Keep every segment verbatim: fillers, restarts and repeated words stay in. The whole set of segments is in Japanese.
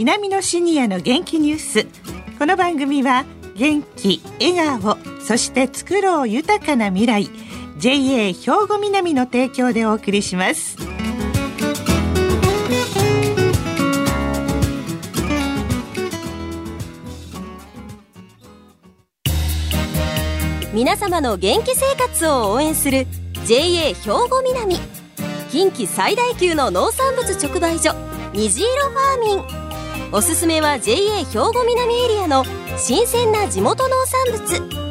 南のシニアの元気ニュース。この番組は元気、笑顔、そして作ろう豊かな未来 ジェイエー 兵庫南の提供でお送りします。 皆様の元気生活を応援する ジェイエー 兵庫南、近畿最大級の農産物直売所にじいろファーミン。おすすめは ジェイエー 兵庫南エリアの新鮮な地元農産物。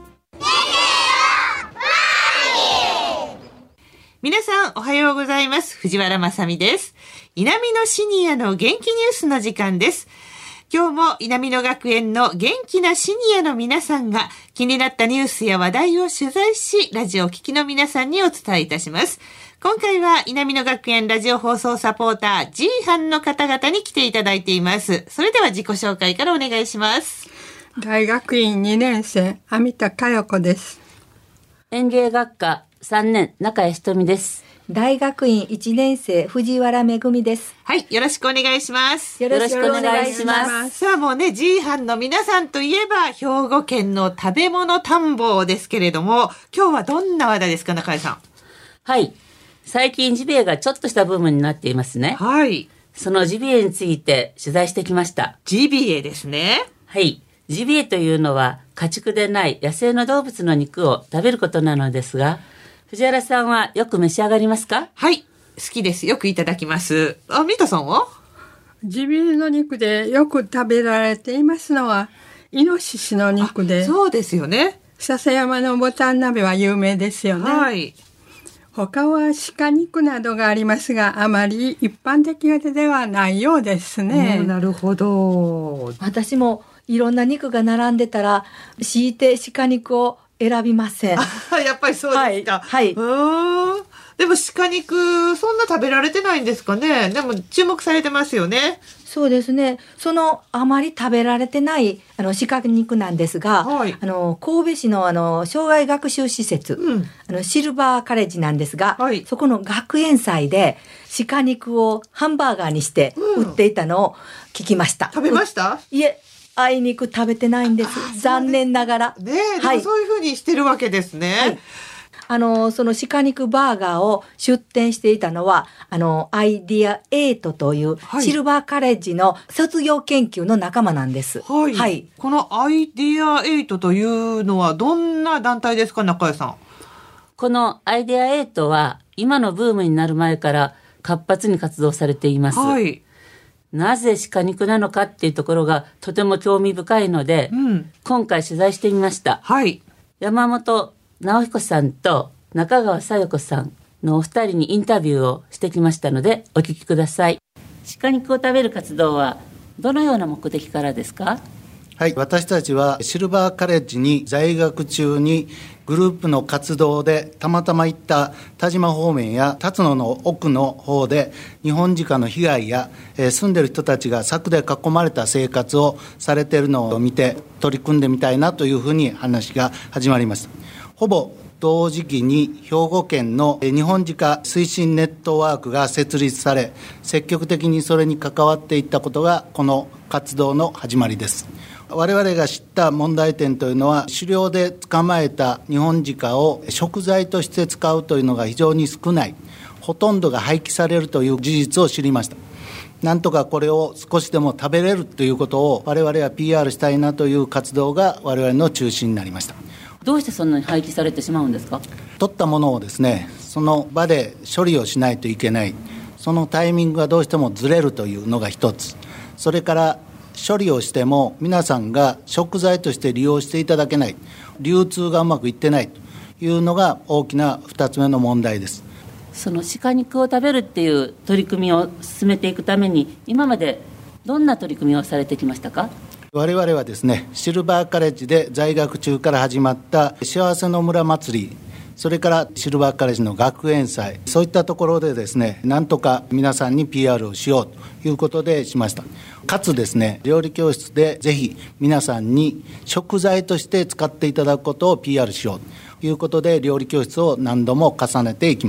皆さんおはようございます。藤原まさみです。南のシニアの元気ニュースの時間です。今日も南野学園の元気なシニアの皆さんが気になったニュースや話題を取材し、ラジオを聴きの皆さんにお伝えいたします。今回は南野学園ラジオ放送サポーター G 班の方々に来ていただいています。それでは自己紹介からお願いします。 大学院にねん生、網田佳代子です。 園芸学科さんねん、中谷ひとみです。 大学院いちねん生、藤原めぐみです。 はい、よろしくお願いします。 よろしくお願いします。 さあもうね、G 班の皆さんといえば兵庫県の食べ物探訪ですけれども、今日はどんな話題ですか、中谷さん。 はい、最近ジビエがちょっとしたブームになっていますね。 はい。 そのジビエについて取材してきました。 ジビエですね。 はい、ジビエというのは家畜でない野生の動物の肉を食べることなのですが、藤原さんはよく召し上がりますか？ はい、好きです。よくいただきます。あ、三田さんは？ ジビエの肉でよく食べられていますのはイノシシの肉で、 そうですよね。 笹山のボタン鍋は有名ですよね。 はい。 他は鹿肉などがありますが、あまり一般的ではないようですね。 うん、なるほど。 私もいろんな肉が並んでたら強いて鹿肉を選びません。 やっぱりそうですか。 はい。 はい、でも鹿肉そんな食べられてないんですかね。でも注目されてますよね。 そうですね。そのあまり食べられてないあの鹿肉なんですが、はい、あの神戸市のあの障害学習施設、うん、あのシルバーカレッジなんですが、はい、そこの学園祭で鹿肉をハンバーガーにして売っていたのを聞きました。 うん、食べました？ いえ。あいにく食べてないんです。残念ながら。 ねえ、でもそういうふうにしてるわけですね。はい、 あの、その鹿肉バーガーを出店していたのは、あの、アイディアエイトというシルバーカレッジの卒業研究の仲間なんです。 はい。はい、このアイディアエイトというのはどんな団体ですか、中谷さん。 このアイディアエイトは今のブームになる前から活発に活動されています。はい。なぜ鹿肉なのかっていうところがとても興味深いので、うん、今回取材してみました。はい。山本直彦さんと中川小夜子さんのお二人にインタビューをしてきましたのでお聞きください。鹿肉を食べる活動はどのような目的からですか？ はい、私たちはシルバーカレッジに在学中にグループの活動でたまたま行った田島方面や辰野の奥の方で日本鹿の被害や、えー、住んでる人たちが柵で囲まれた生活をされているのを見て取り組んでみたいなというふうに話が始まりました。ほぼ同時期に兵庫県の日本鹿推進ネットワークが設立され、積極的にそれに関わっていったことがこの活動の始まりです。我々が知った問題点というのは、狩猟で捕まえた日本鹿を食材として使うというのが非常に少ない、ほとんどが廃棄されるという事実を知りました。なんとかこれを少しでも食べれるということを我々は ピーアール したいなという活動が我々の中心になりました。 どうしてそんなに廃棄されてしまうんですか？ 取ったものをですね、その場で処理をしないといけない、そのタイミングがどうしてもずれるというのが一つ、それから処理をしても皆さんが食材として利用していただけない、流通がうまくいってないというのが大きなふたつめの問題です。 その鹿肉を食べるっていう取り組みを進めていくために今までどんな取り組みをされてきましたか？ 我々はですね、シルバーカレッジで在学中から始まった幸せの村祭り、それからシルバーカレッジの学園祭、そういったところでですね、なんとか皆さんに ピーアール をしようということでしました。かつですね、料理教室でぜひ皆さんに食材として使っていただくことを ピーアール しようということで料理教室を何度も重ねていきました。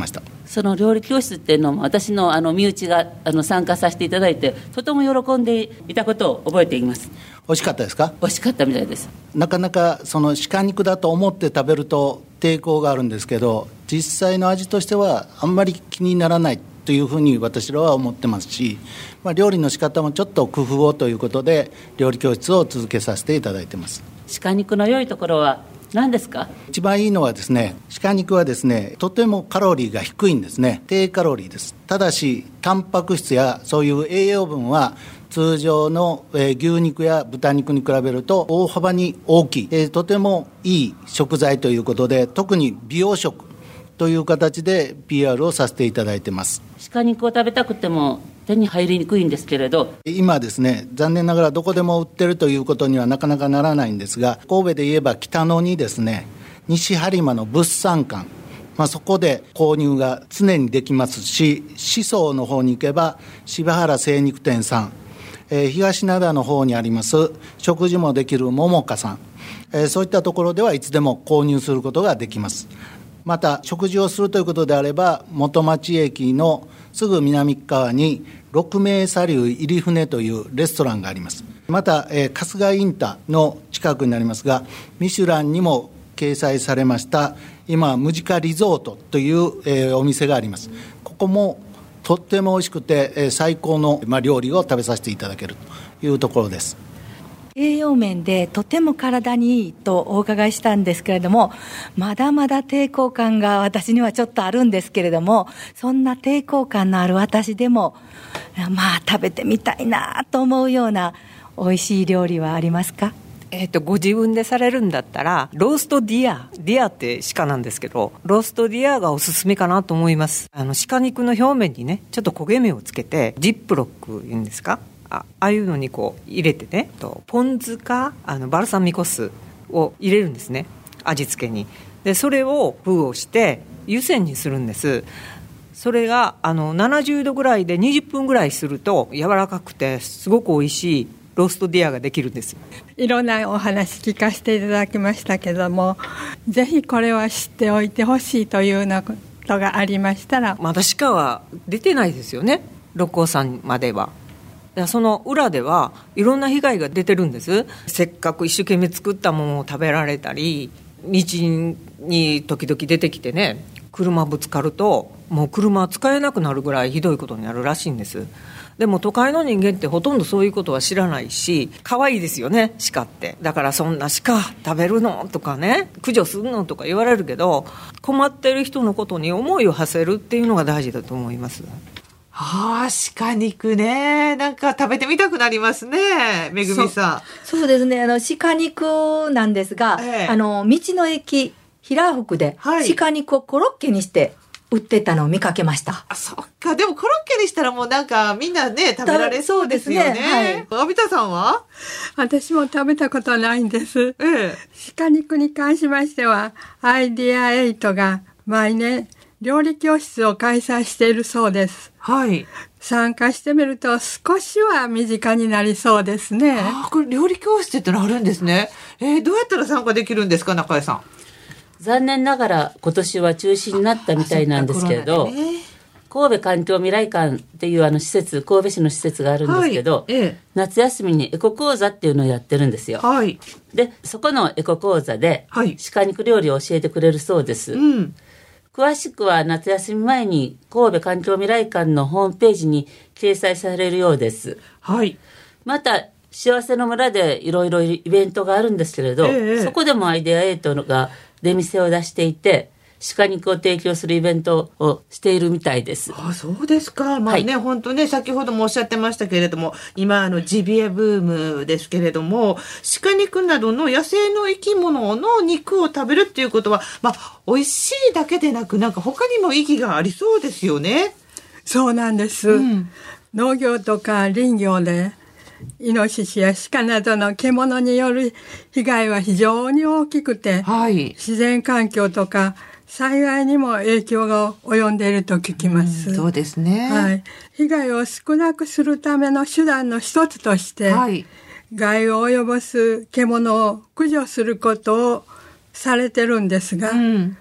その料理教室っていうのも私のあの身内があの参加させていただいてとても喜んでいたことを覚えています。 美味しかったですか？ 美味しかったみたいです。 なかなかその鹿肉だと思って食べると抵抗があるんですけど、実際の味としてはあんまり気にならないというふうに私らは思ってますし、まあ、料理の仕方もちょっと工夫をということで料理教室を続けさせていただいてます。 鹿肉の良いところは何ですか？ 一番いいのはですね、鹿肉はですね、とてもカロリーが低いんですね。低カロリーです。ただしタンパク質やそういう栄養分は通常の牛肉や豚肉に比べると大幅に大きい、とてもいい食材ということで、特に美容食という形で ピーアール をさせていただいてます。 鹿肉を食べたくても手に入りにくいんですけれど、 今ですね、残念ながらどこでも売ってるということにはなかなかならないんですが、神戸で言えば北野にですね、西播磨の物産館、まあ、そこで購入が常にできますし、宍粟の方に行けば柴原精肉店さん、えー、東灘の方にあります食事もできる桃花さん、えー、そういったところではいつでも購入することができます。また食事をするということであれば、元町駅のすぐ南側に六名茶流入船というレストランがあります。また、えー、春日インタの近くになりますが、ミシュランにも掲載されました今ムジカリゾートという、えー、お店があります。ここもとっても美味しくて、えー、最高の、まあ、料理を食べさせていただけるというところです。 栄養面でとても体にいいとお伺いしたんですけれども、まだまだ抵抗感が私にはちょっとあるんですけれども、そんな抵抗感のある私でもまあ食べてみたいなと思うような美味しい料理はありますか？ えーと、ご自分でされるんだったらローストディアディアって鹿なんですけど、ローストディアがおすすめかなと思います。あの鹿肉の表面にね、ちょっと焦げ目をつけてジップロックいうんですか、ああいうのにこう入れてね、とポン酢かあのバルサミコ酢を入れるんですね、味付けに。でそれを封をして湯煎にするんです。それがあのななじゅうどぐらいでにじゅっぷんぐらいすると柔らかくてすごく美味しいローストディアができるんです。 いろんなお話聞かせていただきましたけども、ぜひこれは知っておいてほしいというようなことがありましたら。 まだ鹿は出てないですよね、六甲山までは。その裏ではいろんな被害が出てるんです。せっかく一生懸命作ったものを食べられたり、道に時々出てきてね、車ぶつかるともう車使えなくなるぐらいひどいことになるらしいんです。でも都会の人間ってほとんどそういうことは知らないし、可愛いですよね、鹿って。だからそんな鹿食べるのとかね、駆除するのとか言われるけど、困ってる人のことに思いを馳せるっていうのが大事だと思います。 ああ、鹿肉ね。なんか食べてみたくなりますね、めぐみさん。そ, そうですね、あの鹿肉なんですが、ええ、あの道の駅平福で、はい、鹿肉をコロッケにして売ってたのを見かけました。 あ、そっか。でもコロッケにしたらもうなんかみんなね食べられそうですよね。ね、はい。阿ビタさんは？ 私も食べたことはないんです。ええ、鹿肉に関しましてはアイデアエイトが毎年料理教室を開催しているそうです。はい。参加してみると少しは身近になりそうですね。 あ、これ料理教室ってのあるんですね。えー、どうやったら参加できるんですか、中江さん？ 残念ながら今年は中止になったみたいなんですけれど、ね、神戸環境未来館っていうあの施設、神戸市の施設があるんですけど、はい、ええ、夏休みにエコ講座っていうのをやってるんですよ。はい。でそこのエコ講座で、はい、鹿肉料理を教えてくれるそうです。うん。詳しくは夏休み前に神戸環境未来館のホームページに掲載されるようです。はい。また幸せの村でいろいろイベントがあるんですけれど、ええ、そこでもアイデアエイトが出店を出していて、鹿肉を提供するイベントをしているみたいです。 あ、そうですか。まあね、はい、本当ね、先ほどもおっしゃってましたけれども、今あのジビエブームですけれども、鹿肉などの野生の生き物の肉を食べるっていうことは、まあ美味しいだけでなく、なんか他にも意義がありそうですよね。 そうなんです。うん、農業とか林業でイノシシや鹿などの獣による被害は非常に大きくて、はい、自然環境とか災害にも影響が及んでいると聞きます。 うん、そうですね。 はい。被害を少なくするための手段の一つとして、はい、害を及ぼす獣を駆除することをされてるんですが、うん、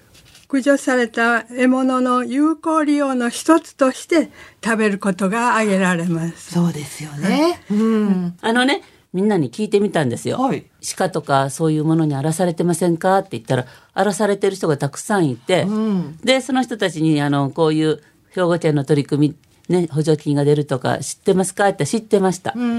駆除された獲物の有効利用の一つとして食べることが挙げられます。 そうですよね。うん、 あのね、みんなに聞いてみたんですよ。はい、鹿とかそういうものに荒らされてませんかって言ったら、荒らされてる人がたくさんいて、うん、でその人たちにあのこういう兵庫県の取り組み、ね、補助金が出るとか知ってますかって知ってました。うん、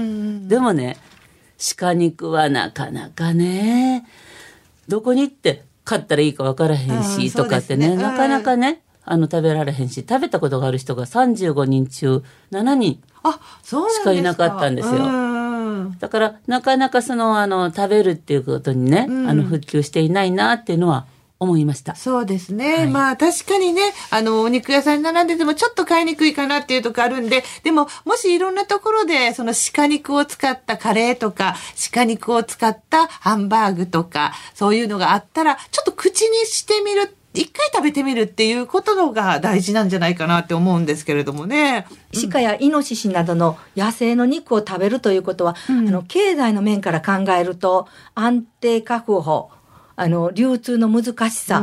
でもね、鹿肉はなかなかね、どこに行って買ったらいいか分からへんしとかってね、なかなかね、あの食べられへんし、食べたことがある人がさんじゅうごにん中ななにんしかいなかったんですよ。だからなかなかそのあの食べるっていうことにね、うん、あの普及していないなっていうのは思いました。 そうですね、はい、まあ確かにね、あのお肉屋さんに並んでてもちょっと買いにくいかなっていうとこあるんで、でももしいろんなところでその鹿肉を使ったカレーとか鹿肉を使ったハンバーグとかそういうのがあったら、ちょっと口にしてみる、一回食べてみるっていうことのが大事なんじゃないかなって思うんですけれどもね。 鹿やイノシシなどの野生の肉を食べるということは、うん、あの経済の面から考えると安定確保、あの流通の難しさ、うん、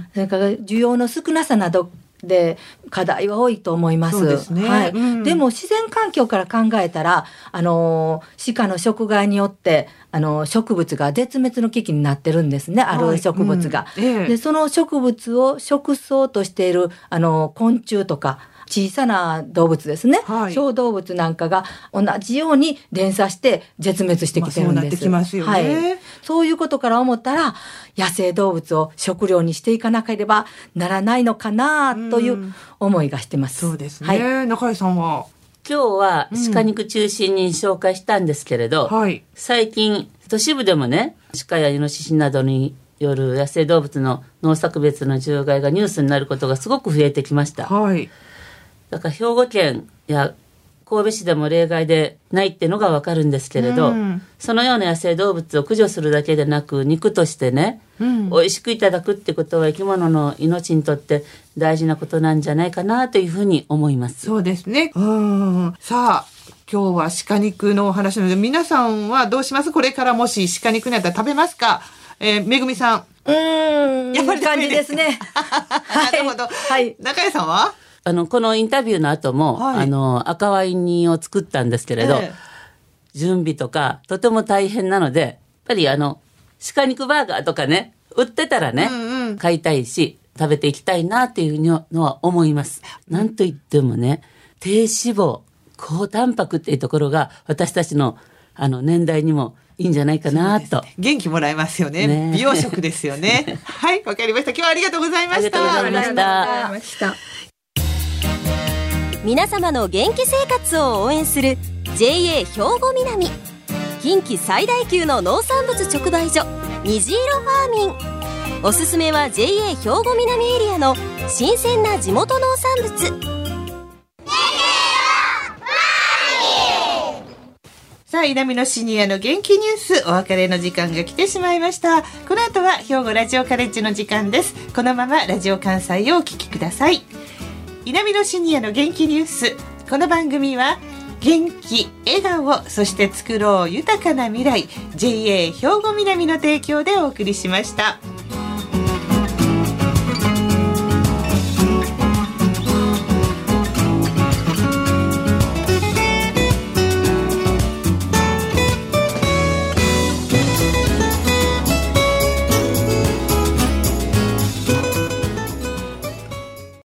それから需要の少なさなどで課題は多いと思います。 そうですね。 はい。 うん、 でも自然環境から考えたら、あの鹿の食害によってあの植物が絶滅の危機になってるんですね。ある植物が。はい、うん、でその植物を食草としているあの昆虫とか小さな動物ですね、はい、小動物なんかが同じように連鎖して絶滅してきてるんです。まあ、そうなってきますよね。はい、 そういうことから思ったら野生動物を食料にしていかなければならないのかなという思いがしてます。 うん、そうですね。はい、中井さんは今日は鹿肉中心に紹介したんですけれど、うん、はい、最近都市部でもね、鹿やイノシシなどによる野生動物の農作物の獣害がニュースになることがすごく増えてきました。はい、だから兵庫県や神戸市でも例外でないってのがわかるんですけれど、うん、そのような野生動物を駆除するだけでなく、肉としてね、うん、美味しくいただくってことは生き物の命にとって大事なことなんじゃないかなというふうに思います。 そうですね。うん、さあ今日は鹿肉のお話なので、皆さんはどうします？これからもし鹿肉になったら食べますか？えー、めぐみさん。 うーん、やっぱり感じですね。 なるほど。はい。中井さんは？ あのこのインタビューの後も、はい、あの赤ワイン煮を作ったんですけれど、えー、準備とかとても大変なので、やっぱりあの鹿肉バーガーとかね、売ってたらね、うんうん、買いたいし食べていきたいなっていうのは思います。なんといってもね、低脂肪高タンパクっていうところが私たちのあの年代にもいいんじゃないかなと、 ね、元気もらえますよ ね, ね美容食ですよね。はい、わかりました。今日はありがとうございました。 ありがとうございました。 皆様の元気生活を応援する ジェイエー 兵庫南、近畿最大級の農産物直売所虹色ファーミン。おすすめは ジェイエー 兵庫南エリアの新鮮な地元農産物。 さあ、稲美のシニアの元気ニュース、お別れの時間が来てしまいました。この後は兵庫ラジオカレッジの時間です。このままラジオ関西をお聞きください。稲美のシニアの元気ニュース、この番組は元気、笑顔、そして作ろう豊かな未来、 ジェイエー 兵庫南の提供でお送りしました。